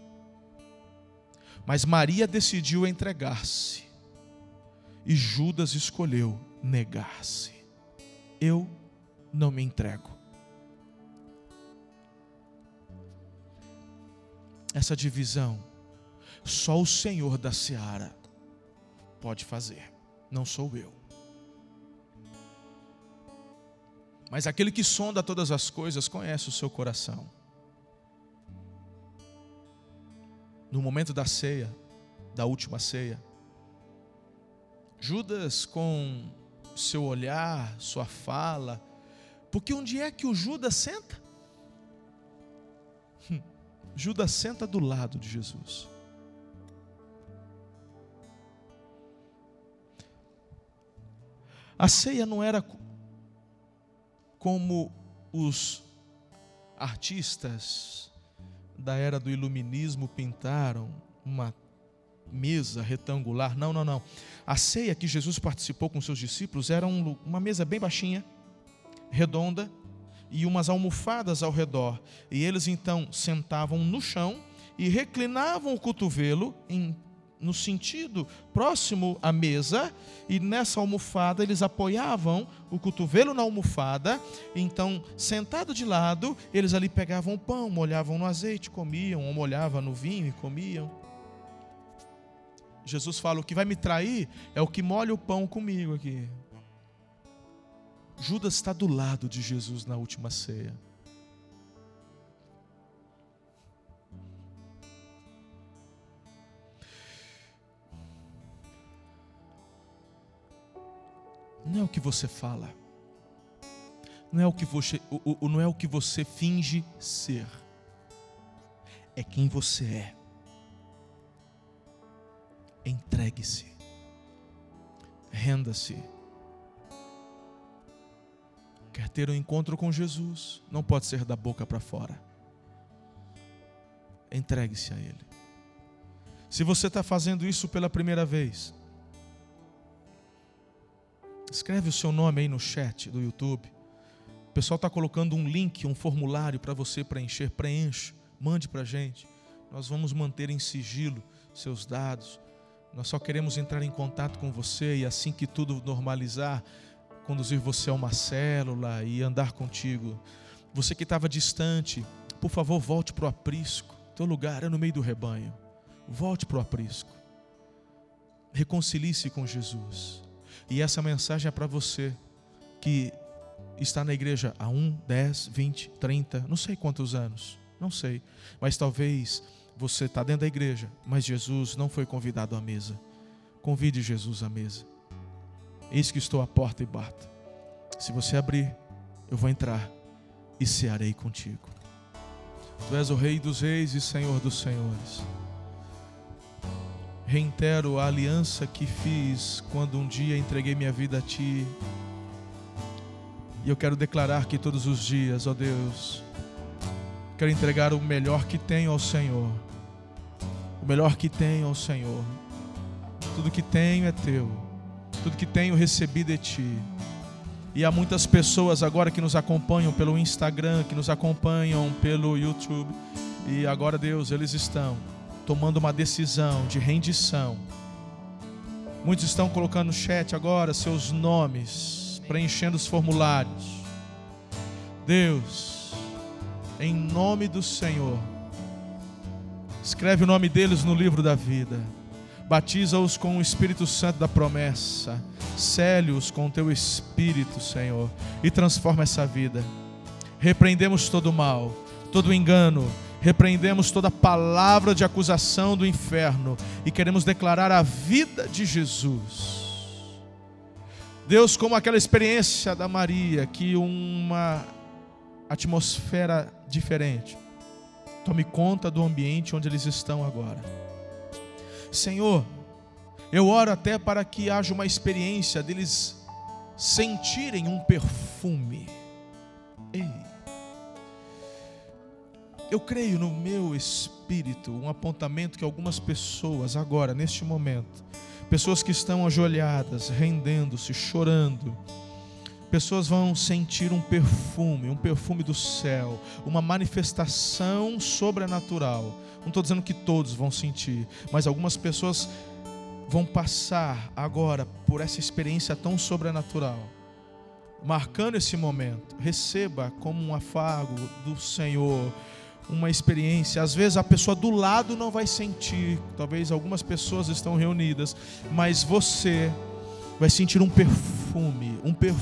Mas Maria decidiu entregar-se. E Judas escolheu negar-se. Eu não me entrego. Essa divisão, só o Senhor da seara pode fazer. Não sou eu. Mas aquele que sonda todas as coisas conhece o seu coração. No momento da ceia, da última ceia, Judas, com seu olhar, sua fala, porque onde é que o Judas senta? Judas senta do lado de Jesus. A ceia não era como os artistas da era do iluminismo pintaram uma mesa retangular. Não. A ceia que Jesus participou com seus discípulos era uma mesa bem baixinha, redonda, e umas almofadas ao redor. E eles então sentavam no chão e reclinavam o cotovelo no sentido próximo à mesa, e nessa almofada eles apoiavam o cotovelo na almofada. Então, sentado de lado, eles ali pegavam o pão, molhavam no azeite, comiam, ou molhavam no vinho e comiam. Jesus fala: o que vai me trair é o que molha o pão comigo aqui. Judas está do lado de Jesus na última ceia. Não é o que você fala, não é o que você finge ser, é quem você é. Entregue-se, renda-se. Quer ter um encontro com Jesus? Não pode ser da boca para fora. Entregue-se a Ele. Se você está fazendo isso pela primeira vez, escreve o seu nome aí no chat do YouTube. O pessoal está colocando um link, um formulário para você preencher. Preencha, mande para a gente. Nós vamos manter em sigilo seus dados. Nós só queremos entrar em contato com você e assim que tudo normalizar, conduzir você a uma célula e andar contigo. Você que estava distante, por favor, volte para o aprisco. Teu lugar é no meio do rebanho. Volte para o aprisco. Reconcilie-se com Jesus. E essa mensagem é para você que está na igreja há 1, 10, 20, 30, não sei quantos anos, não sei. Mas talvez você está dentro da igreja, mas Jesus não foi convidado à mesa. Convide Jesus à mesa. Eis que estou à porta e bato. Se você abrir, eu vou entrar e cearei contigo. Tu és o Rei dos reis e Senhor dos senhores. Reitero a aliança que fiz quando um dia entreguei minha vida a Ti. E eu quero declarar que todos os dias, ó Deus, quero entregar o melhor que tenho ao Senhor. O melhor que tenho ao Senhor. Tudo que tenho é teu. Tudo que tenho recebi de ti. E há muitas pessoas agora que nos acompanham pelo Instagram, que nos acompanham pelo YouTube. E agora, Deus, eles estão tomando uma decisão de rendição. Muitos estão colocando no chat agora seus nomes, preenchendo os formulários. Deus, em nome do Senhor, escreve o nome deles no livro da vida. Batiza-os com o Espírito Santo da promessa. Sele-os com o teu Espírito, Senhor, e transforma essa vida. Repreendemos todo o mal, todo o engano. Repreendemos toda palavra de acusação do inferno e queremos declarar a vida de Jesus. Deus, como aquela experiência da Maria, que uma atmosfera diferente tome conta do ambiente onde eles estão agora. Senhor, eu oro até para que haja uma experiência deles sentirem um perfume. Ei! Eu creio no meu espírito, um apontamento que algumas pessoas agora, neste momento, pessoas que estão ajoelhadas, rendendo-se, chorando, pessoas vão sentir um perfume do céu, uma manifestação sobrenatural. Não estou dizendo que todos vão sentir, mas algumas pessoas vão passar agora por essa experiência tão sobrenatural, marcando esse momento. Receba como um afago do Senhor, uma experiência. Às vezes a pessoa do lado não vai sentir, talvez algumas pessoas estão reunidas, mas você vai sentir um perfume.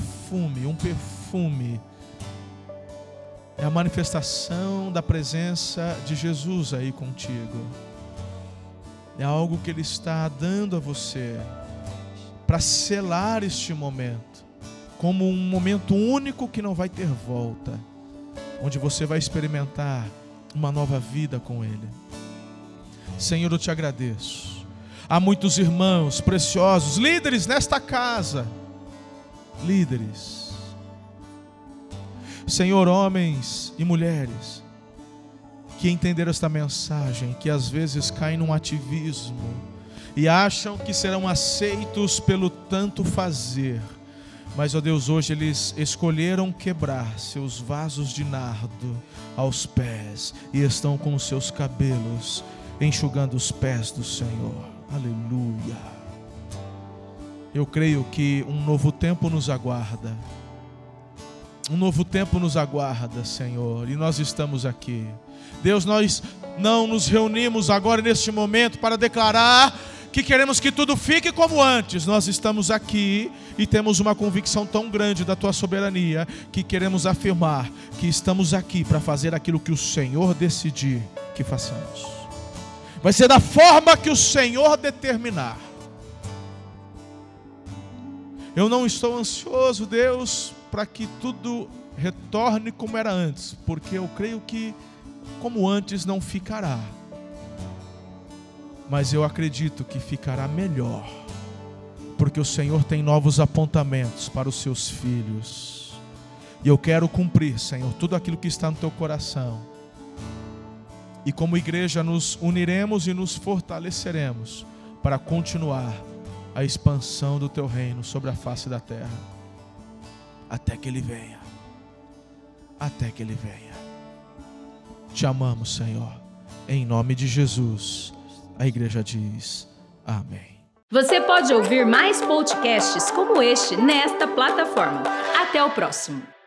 É a manifestação da presença de Jesus aí contigo. É algo que Ele está dando a você para selar este momento como um momento único que não vai ter volta, onde você vai experimentar uma nova vida com Ele. Senhor, eu te agradeço. Há muitos irmãos preciosos, líderes nesta casa, líderes, Senhor, homens e mulheres que entenderam esta mensagem, que às vezes caem num ativismo e acham que serão aceitos pelo tanto fazer. Mas, ó Deus, hoje eles escolheram quebrar seus vasos de nardo aos pés e estão com os seus cabelos enxugando os pés do Senhor. Aleluia. Eu creio que um novo tempo nos aguarda. Um novo tempo nos aguarda, Senhor, e nós estamos aqui. Deus, nós não nos reunimos agora neste momento para declarar que queremos que tudo fique como antes. Nós estamos aqui e temos uma convicção tão grande da Tua soberania que queremos afirmar que estamos aqui para fazer aquilo que o Senhor decidir que façamos. Vai ser da forma que o Senhor determinar. Eu não estou ansioso, Deus, para que tudo retorne como era antes, porque eu creio que como antes não ficará. Mas eu acredito que ficará melhor, porque o Senhor tem novos apontamentos para os seus filhos. E eu quero cumprir, Senhor, tudo aquilo que está no teu coração. E como igreja nos uniremos e nos fortaleceremos para continuar a expansão do teu reino sobre a face da terra. Até que Ele venha. Até que Ele venha. Te amamos, Senhor. Em nome de Jesus. A igreja diz amém. Você pode ouvir mais podcasts como este nesta plataforma. Até o próximo.